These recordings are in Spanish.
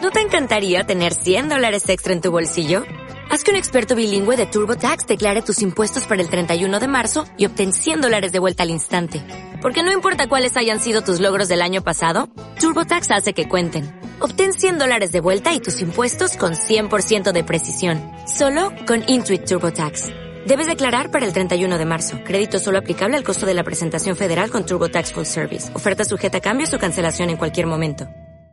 ¿No te encantaría tener $100 extra en tu bolsillo? Haz que un experto bilingüe de TurboTax declare tus impuestos para el 31 de marzo y obtén $100 de vuelta al instante. Porque no importa cuáles hayan sido tus logros del año pasado, TurboTax hace que cuenten. Obtén $100 de vuelta y tus impuestos con 100% de precisión. Solo con Intuit TurboTax. Debes declarar para el 31 de marzo. Crédito solo aplicable al costo de la presentación federal con TurboTax Full Service. Oferta sujeta a cambios o cancelación en cualquier momento.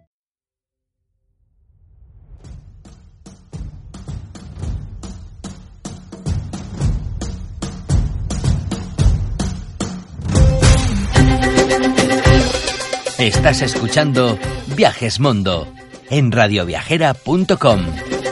Estás escuchando Viajes Mundo en radioviajera.com.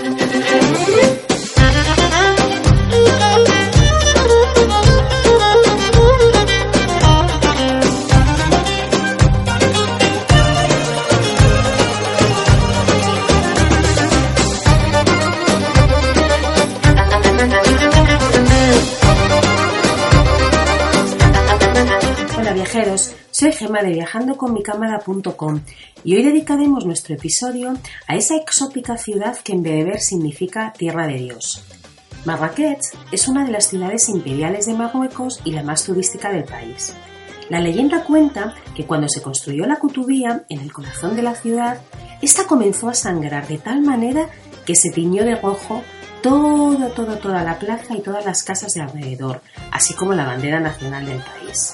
Hola viajeros, soy Gemma de viajandoconmicámara.com y hoy dedicaremos nuestro episodio a esa exótica ciudad que en bereber significa tierra de Dios. Marrakech es una de las ciudades imperiales de Marruecos y la más turística del país. La leyenda cuenta que cuando se construyó la Kutubía en el corazón de la ciudad, esta comenzó a sangrar de tal manera que se tiñó de rojo toda la plaza y todas las casas de alrededor, así como la bandera nacional del país.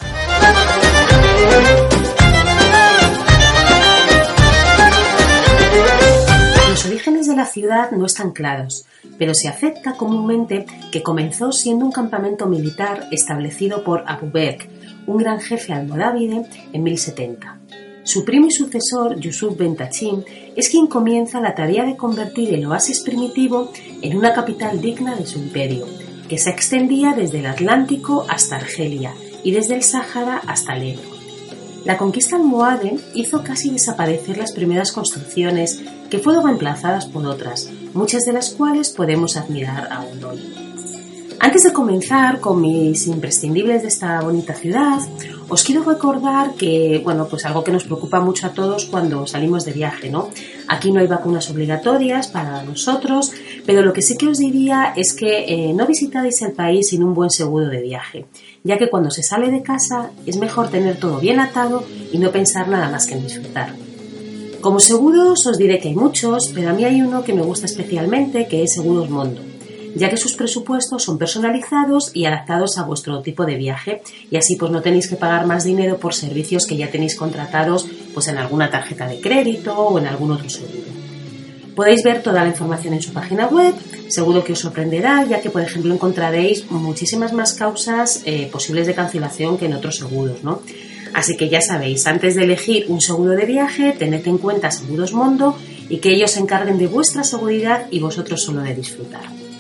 Los orígenes de la ciudad no están claros, pero se acepta comúnmente que comenzó siendo un campamento militar establecido por Abu Bekr, un gran jefe almorávide, en 1070. Su primo y sucesor, Yusuf ben Tachim, es quien comienza la tarea de convertir el oasis primitivo en una capital digna de su imperio, que se extendía desde el Atlántico hasta Argelia y desde el Sáhara hasta el Ebro. La conquista almohade hizo casi desaparecer las primeras construcciones, que fueron reemplazadas por otras, muchas de las cuales podemos admirar aún hoy. Antes de comenzar con mis imprescindibles de esta bonita ciudad, os quiero recordar que, pues algo que nos preocupa mucho a todos cuando salimos de viaje, ¿no? Aquí no hay vacunas obligatorias para nosotros, pero lo que sí que os diría es que no visitáis el país sin un buen seguro de viaje, ya que cuando se sale de casa es mejor tener todo bien atado y no pensar nada más que en disfrutar. Como seguros os diré que hay muchos, pero a mí hay uno que me gusta especialmente, que es Seguros Mundo, ya que sus presupuestos son personalizados y adaptados a vuestro tipo de viaje y así pues no tenéis que pagar más dinero por servicios que ya tenéis contratados pues en alguna tarjeta de crédito o en algún otro seguro. Podéis ver toda la información en su página web, seguro que os sorprenderá ya que por ejemplo encontraréis muchísimas más causas posibles de cancelación que en otros seguros, ¿no? Así que ya sabéis, antes de elegir un seguro de viaje, tened en cuenta Seguros Mundo y que ellos se encarguen de vuestra seguridad y vosotros solo de disfrutar.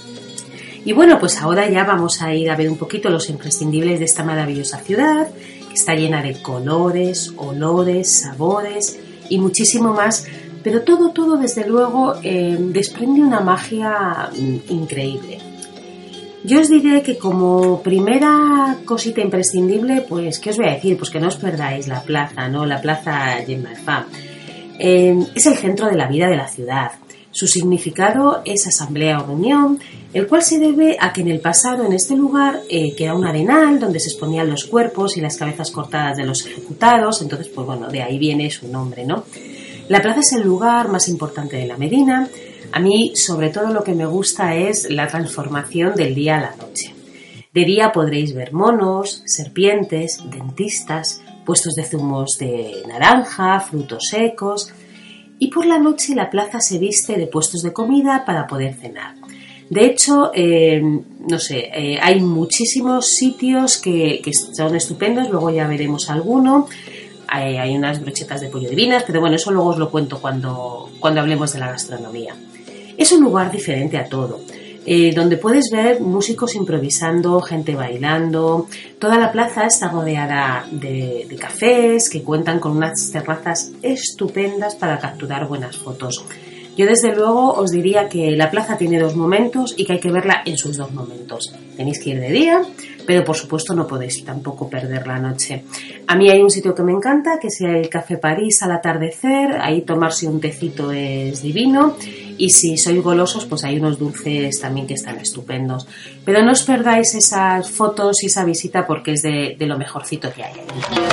Y bueno, pues ahora ya vamos a ir a ver un poquito los imprescindibles de esta maravillosa ciudad, que está llena de colores, olores, sabores y muchísimo más, pero todo desde luego desprende una magia increíble. Yo os diré que como primera cosita imprescindible, pues, ¿qué os voy a decir? Pues que no os perdáis la plaza, ¿no? La plaza Jemaa el-Fam. Es el centro de la vida de la ciudad. Su significado es asamblea o reunión, el cual se debe a que en el pasado en este lugar queda un arenal donde se exponían los cuerpos y las cabezas cortadas de los ejecutados, entonces pues bueno, de ahí viene su nombre, ¿no? La plaza es el lugar más importante de la Medina. A mí sobre todo lo que me gusta es la transformación del día a la noche. De día podréis ver monos, serpientes, dentistas, puestos de zumos de naranja, frutos secos. Y por la noche la plaza se viste de puestos de comida para poder cenar. De hecho, hay muchísimos sitios que son estupendos, luego ya veremos alguno. Hay unas brochetas de pollo divinas, pero bueno, eso luego os lo cuento cuando hablemos de la gastronomía. Es un lugar diferente a todo, donde puedes ver músicos improvisando, gente bailando. Toda la plaza está rodeada de cafés que cuentan con unas terrazas estupendas para capturar buenas fotos. Yo desde luego os diría que la plaza tiene dos momentos y que hay que verla en sus dos momentos. Tenéis que ir de día, pero por supuesto no podéis tampoco perder la noche. A mí hay un sitio que me encanta, que es el Café París al atardecer. Ahí tomarse un tecito es divino. Y si sois golosos, pues hay unos dulces también que están estupendos. Pero no os perdáis esas fotos y esa visita porque es de lo mejorcito que hay ahí.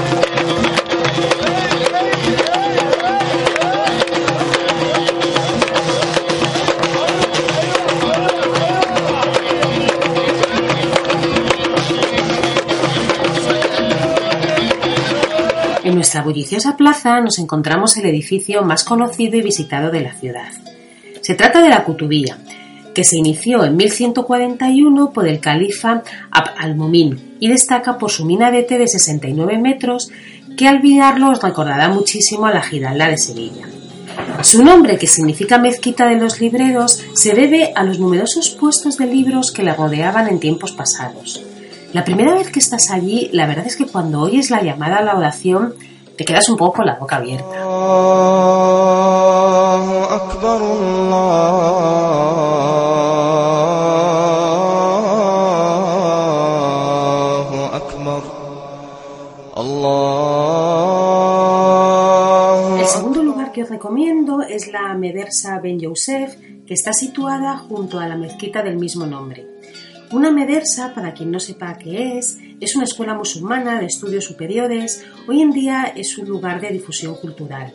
En nuestra bulliciosa plaza nos encontramos el edificio más conocido y visitado de la ciudad. Se trata de la Kutubía, que se inició en 1141 por el califa Abd al-Mumin y destaca por su minarete de 69 metros que al mirarlo os recordará muchísimo a la Giralda de Sevilla. Su nombre, que significa mezquita de los libreros, se debe a los numerosos puestos de libros que la rodeaban en tiempos pasados. La primera vez que estás allí, la verdad es que cuando oyes la llamada a la oración, te quedas un poco con la boca abierta. Allahu Akbar, Allahu Akbar, Allahu. El segundo lugar que os recomiendo es la Medersa Ben Youssef, que está situada junto a la mezquita del mismo nombre. Una medersa, para quien no sepa qué es una escuela musulmana de estudios superiores. Hoy en día es un lugar de difusión cultural.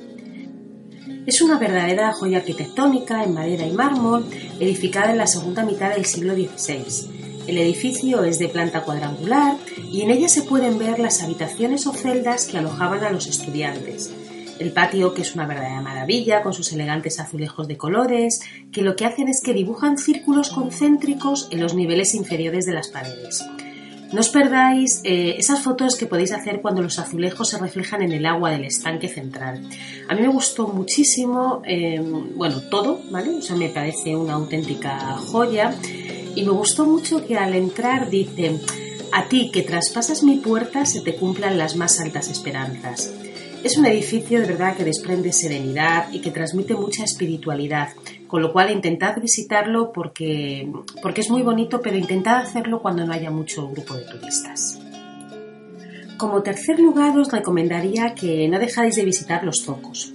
Es una verdadera joya arquitectónica en madera y mármol, edificada en la segunda mitad del siglo XVI. El edificio es de planta cuadrangular y en ella se pueden ver las habitaciones o celdas que alojaban a los estudiantes. El patio, que es una verdadera maravilla, con sus elegantes azulejos de colores, que lo que hacen es que dibujan círculos concéntricos en los niveles inferiores de las paredes. No os perdáis esas fotos que podéis hacer cuando los azulejos se reflejan en el agua del estanque central. A mí me gustó muchísimo, todo, ¿vale? O sea, me parece una auténtica joya y me gustó mucho que al entrar dice: a ti que traspasas mi puerta se te cumplan las más altas esperanzas. Es un edificio de verdad que desprende serenidad y que transmite mucha espiritualidad, con lo cual intentad visitarlo porque es muy bonito, pero intentad hacerlo cuando no haya mucho grupo de turistas. Como tercer lugar os recomendaría que no dejáis de visitar los zocos.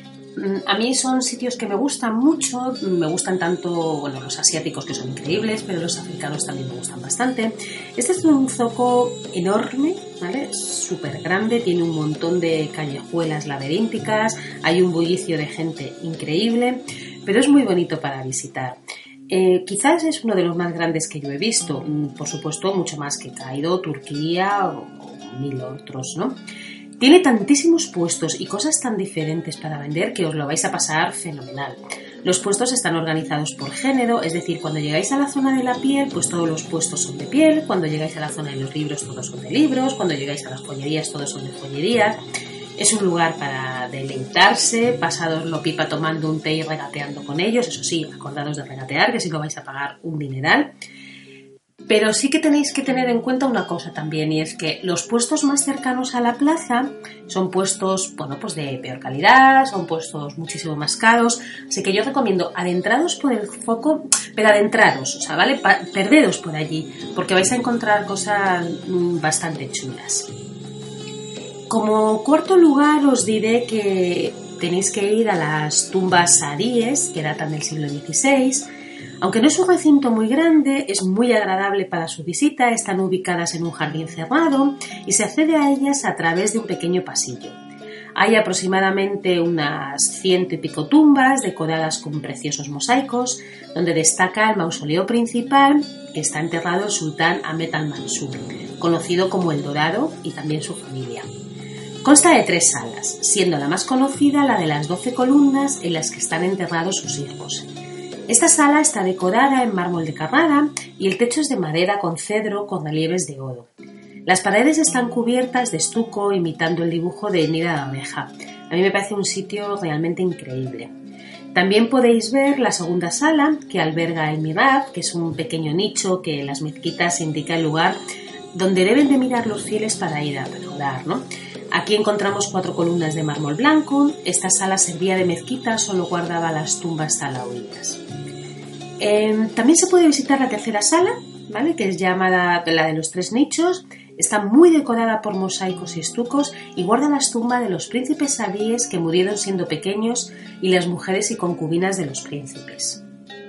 A mí son sitios que me gustan mucho, me gustan tanto los asiáticos, que son increíbles, pero los africanos también me gustan bastante. Este es un zoco enorme, ¿vale? Súper grande, tiene un montón de callejuelas laberínticas, hay un bullicio de gente increíble, pero es muy bonito para visitar. Quizás es uno de los más grandes que yo he visto, por supuesto mucho más que Cairo, Turquía o mil otros, ¿no? Tiene tantísimos puestos y cosas tan diferentes para vender que os lo vais a pasar fenomenal. Los puestos están organizados por género, es decir, cuando llegáis a la zona de la piel, pues todos los puestos son de piel, cuando llegáis a la zona de los libros, todos son de libros, cuando llegáis a las joyerías, todos son de joyerías. Es un lugar para deleitarse, pasároslo pipa tomando un té y regateando con ellos, eso sí, acordados de regatear, que si no vais a pagar un dineral. Pero sí que tenéis que tener en cuenta una cosa también, y es que los puestos más cercanos a la plaza son puestos, de peor calidad, son puestos muchísimo más caros, así que yo recomiendo adentraros por el foco, pero adentraros, ¿vale? Perderos por allí, porque vais a encontrar cosas bastante chulas. Como cuarto lugar os diré que tenéis que ir a las tumbas saharíes, que datan del siglo XVI. Aunque no es un recinto muy grande, es muy agradable para su visita, están ubicadas en un jardín cerrado y se accede a ellas a través de un pequeño pasillo. Hay aproximadamente unas 100 y pico tumbas decoradas con preciosos mosaicos, donde destaca el mausoleo principal, que está enterrado el sultán Ahmed al-Mansur, conocido como el Dorado, y también su familia. Consta de 3 salas, siendo la más conocida la de las 12 columnas en las que están enterrados sus hijos. Esta sala está decorada en mármol de Carrara y el techo es de madera con cedro con relieves de oro. Las paredes están cubiertas de estuco imitando el dibujo de Nida de Abeja. A mí me parece un sitio realmente increíble. También podéis ver la segunda sala que alberga el mihrab, que es un pequeño nicho que en las mezquitas indica el lugar donde deben de mirar los fieles para ir a orar, ¿no? Aquí encontramos 4 columnas de mármol blanco. Esta sala servía de mezquita, solo guardaba las tumbas alauitas. También se puede visitar la tercera sala, ¿vale? Que es llamada la de los 3 nichos. Está muy decorada por mosaicos y estucos y guarda las tumbas de los príncipes sabíes que murieron siendo pequeños y las mujeres y concubinas de los príncipes.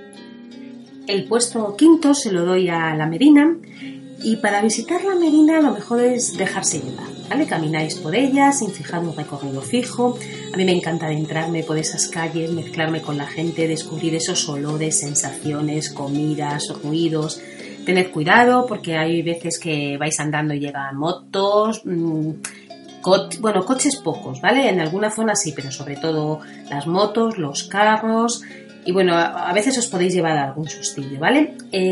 El puesto quinto se lo doy a la Medina, y para visitar la Medina lo mejor es dejarse llevar, ¿vale? Camináis por ella sin fijar un recorrido fijo. A mí me encanta adentrarme por esas calles, mezclarme con la gente, descubrir esos olores, sensaciones, comidas, ruidos. Tened cuidado porque hay veces que vais andando y llegan motos, coches pocos, ¿vale? En alguna zona sí, pero sobre todo las motos, los carros. Y bueno, a veces os podéis llevar algún sustillo, ¿vale?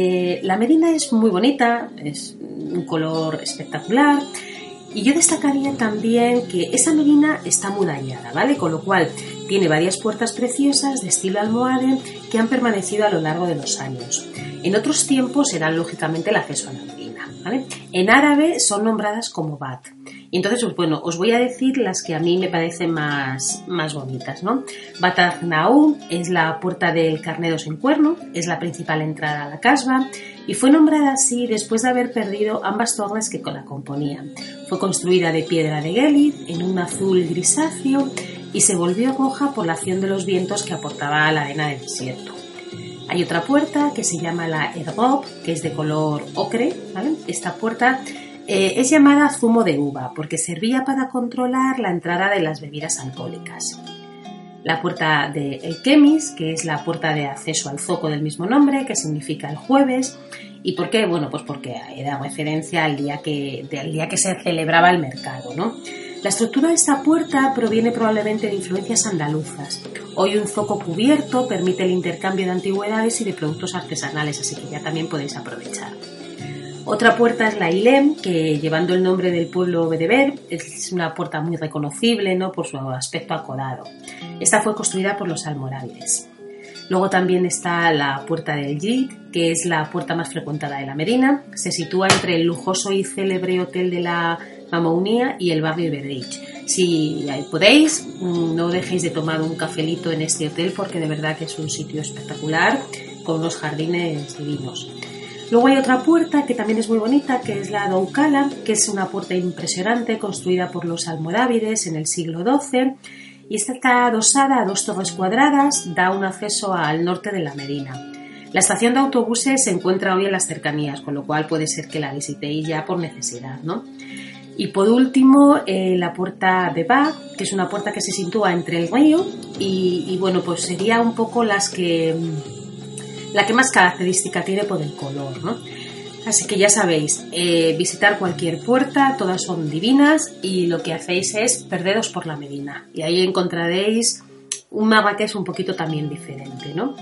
La Medina es muy bonita, es un color espectacular. Y yo destacaría también que esa Medina está amurallada, ¿vale? Con lo cual tiene varias puertas preciosas de estilo almohade que han permanecido a lo largo de los años. En otros tiempos eran lógicamente el acceso a la Medina, ¿vale? En árabe son nombradas como Bat. Y entonces, pues bueno, os voy a decir las que a mí me parecen más bonitas, ¿no? Bat Agnaou es la puerta del carnero sin cuerno, es la principal entrada a la casba y fue nombrada así después de haber perdido ambas torres que la componían. Fue construida de piedra de Guelid en un azul grisáceo y se volvió roja por la acción de los vientos que aportaba la arena del desierto. Hay otra puerta que se llama la Ergob, que es de color ocre, ¿vale? Esta puerta es llamada zumo de uva porque servía para controlar la entrada de las bebidas alcohólicas. La puerta de El Kemis, que es la puerta de acceso al zoco del mismo nombre, que significa el jueves. ¿Y por qué? Bueno, pues porque era referencia al día que se celebraba el mercado, ¿no? La estructura de esta puerta proviene probablemente de influencias andaluzas. Hoy un zoco cubierto permite el intercambio de antigüedades y de productos artesanales, así que ya también podéis aprovechar. Otra puerta es la Ilem, que llevando el nombre del pueblo bereber, es una puerta muy reconocible, ¿no? Por su aspecto acodado. Esta fue construida por los almorávides. Luego también está la puerta del Yid, que es la puerta más frecuentada de la Medina. Se sitúa entre el lujoso y célebre hotel de la Mamounía y el barrio de Bedrich. Si podéis, no dejéis de tomar un cafelito en este hotel porque de verdad que es un sitio espectacular con unos jardines divinos. Luego hay otra puerta que también es muy bonita, que es la Doukala, que es una puerta impresionante construida por los almorávides en el siglo XII y está adosada a 2 torres cuadradas, da un acceso al norte de la Medina. La estación de autobuses se encuentra hoy en las cercanías, con lo cual puede ser que la visitéis ya por necesidad, ¿no? Y por último, la puerta de Bab, que es una puerta que se sitúa entre el río y bueno, pues sería un poco la que más característica tiene por el color, ¿no? Así que ya sabéis, visitar cualquier puerta, todas son divinas y lo que hacéis es perderos por la Medina y ahí encontraréis un Marrakech un poquito también diferente, ¿no?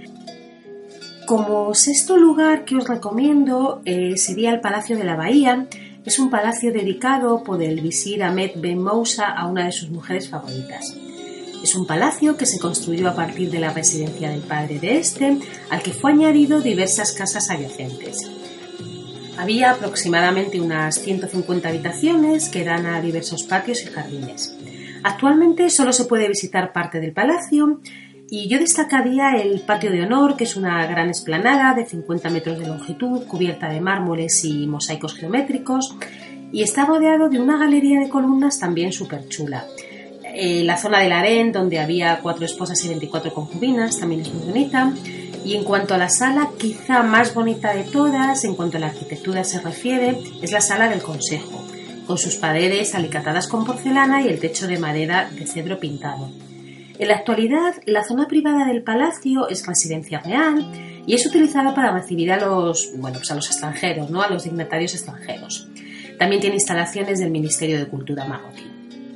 Como sexto lugar que os recomiendo sería el Palacio de la Bahía. Es un palacio dedicado por el visir Ahmed Ben Moussa a una de sus mujeres favoritas. Es un palacio que se construyó a partir de la residencia del padre de este, al que fue añadido diversas casas adyacentes. Había aproximadamente unas 150 habitaciones que dan a diversos patios y jardines. Actualmente solo se puede visitar parte del palacio y yo destacaría el patio de honor, que es una gran explanada de 50 metros de longitud, cubierta de mármoles y mosaicos geométricos y está rodeado de una galería de columnas también súper chula. La zona del harén, donde había 4 esposas y 24 concubinas, también es muy bonita. Y en cuanto a la sala, quizá más bonita de todas, en cuanto a la arquitectura se refiere, es la sala del consejo, con sus paredes alicatadas con porcelana y el techo de madera de cedro pintado. En la actualidad, la zona privada del palacio es residencia real y es utilizada para recibir a los extranjeros, ¿no? A los dignatarios extranjeros. También tiene instalaciones del Ministerio de Cultura marroquí.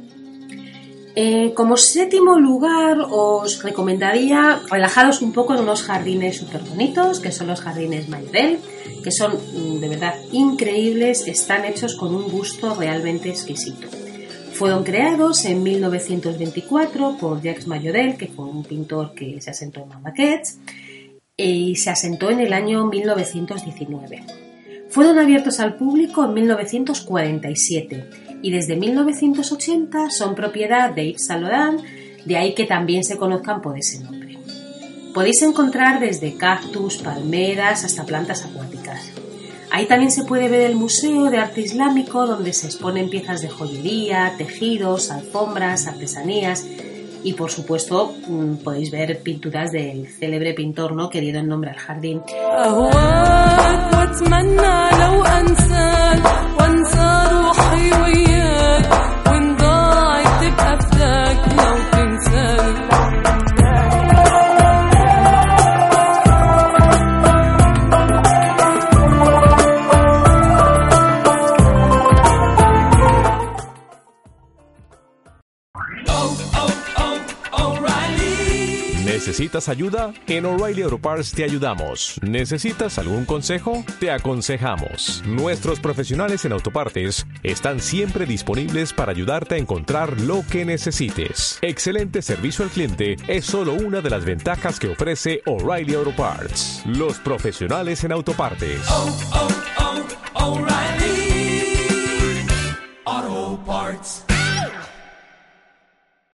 Como séptimo lugar os recomendaría relajaros un poco en unos jardines súper bonitos, que son los jardines Mayodel, que son de verdad increíbles, están hechos con un gusto realmente exquisito. Fueron creados en 1924 por Jacques Mayodel, que fue un pintor que se asentó en Marrakech, y se asentó en el año 1919. Fueron abiertos al público en 1947 y desde 1980 son propiedad de Yves Saint Laurent, de ahí que también se conozcan por ese nombre. Podéis encontrar desde cactus, palmeras hasta plantas acuáticas. Ahí también se puede ver el Museo de Arte Islámico, donde se exponen piezas de joyería, tejidos, alfombras, artesanías y, por supuesto, podéis ver pinturas del célebre pintor, ¿no?, que dieron nombre al jardín. ¿Necesitas ayuda? En O'Reilly Auto Parts te ayudamos. ¿Necesitas algún consejo? Te aconsejamos. Nuestros profesionales en autopartes están siempre disponibles para ayudarte a encontrar lo que necesites. Excelente servicio al cliente es solo una de las ventajas que ofrece O'Reilly Auto Parts. Los profesionales en autopartes. O'Reilly.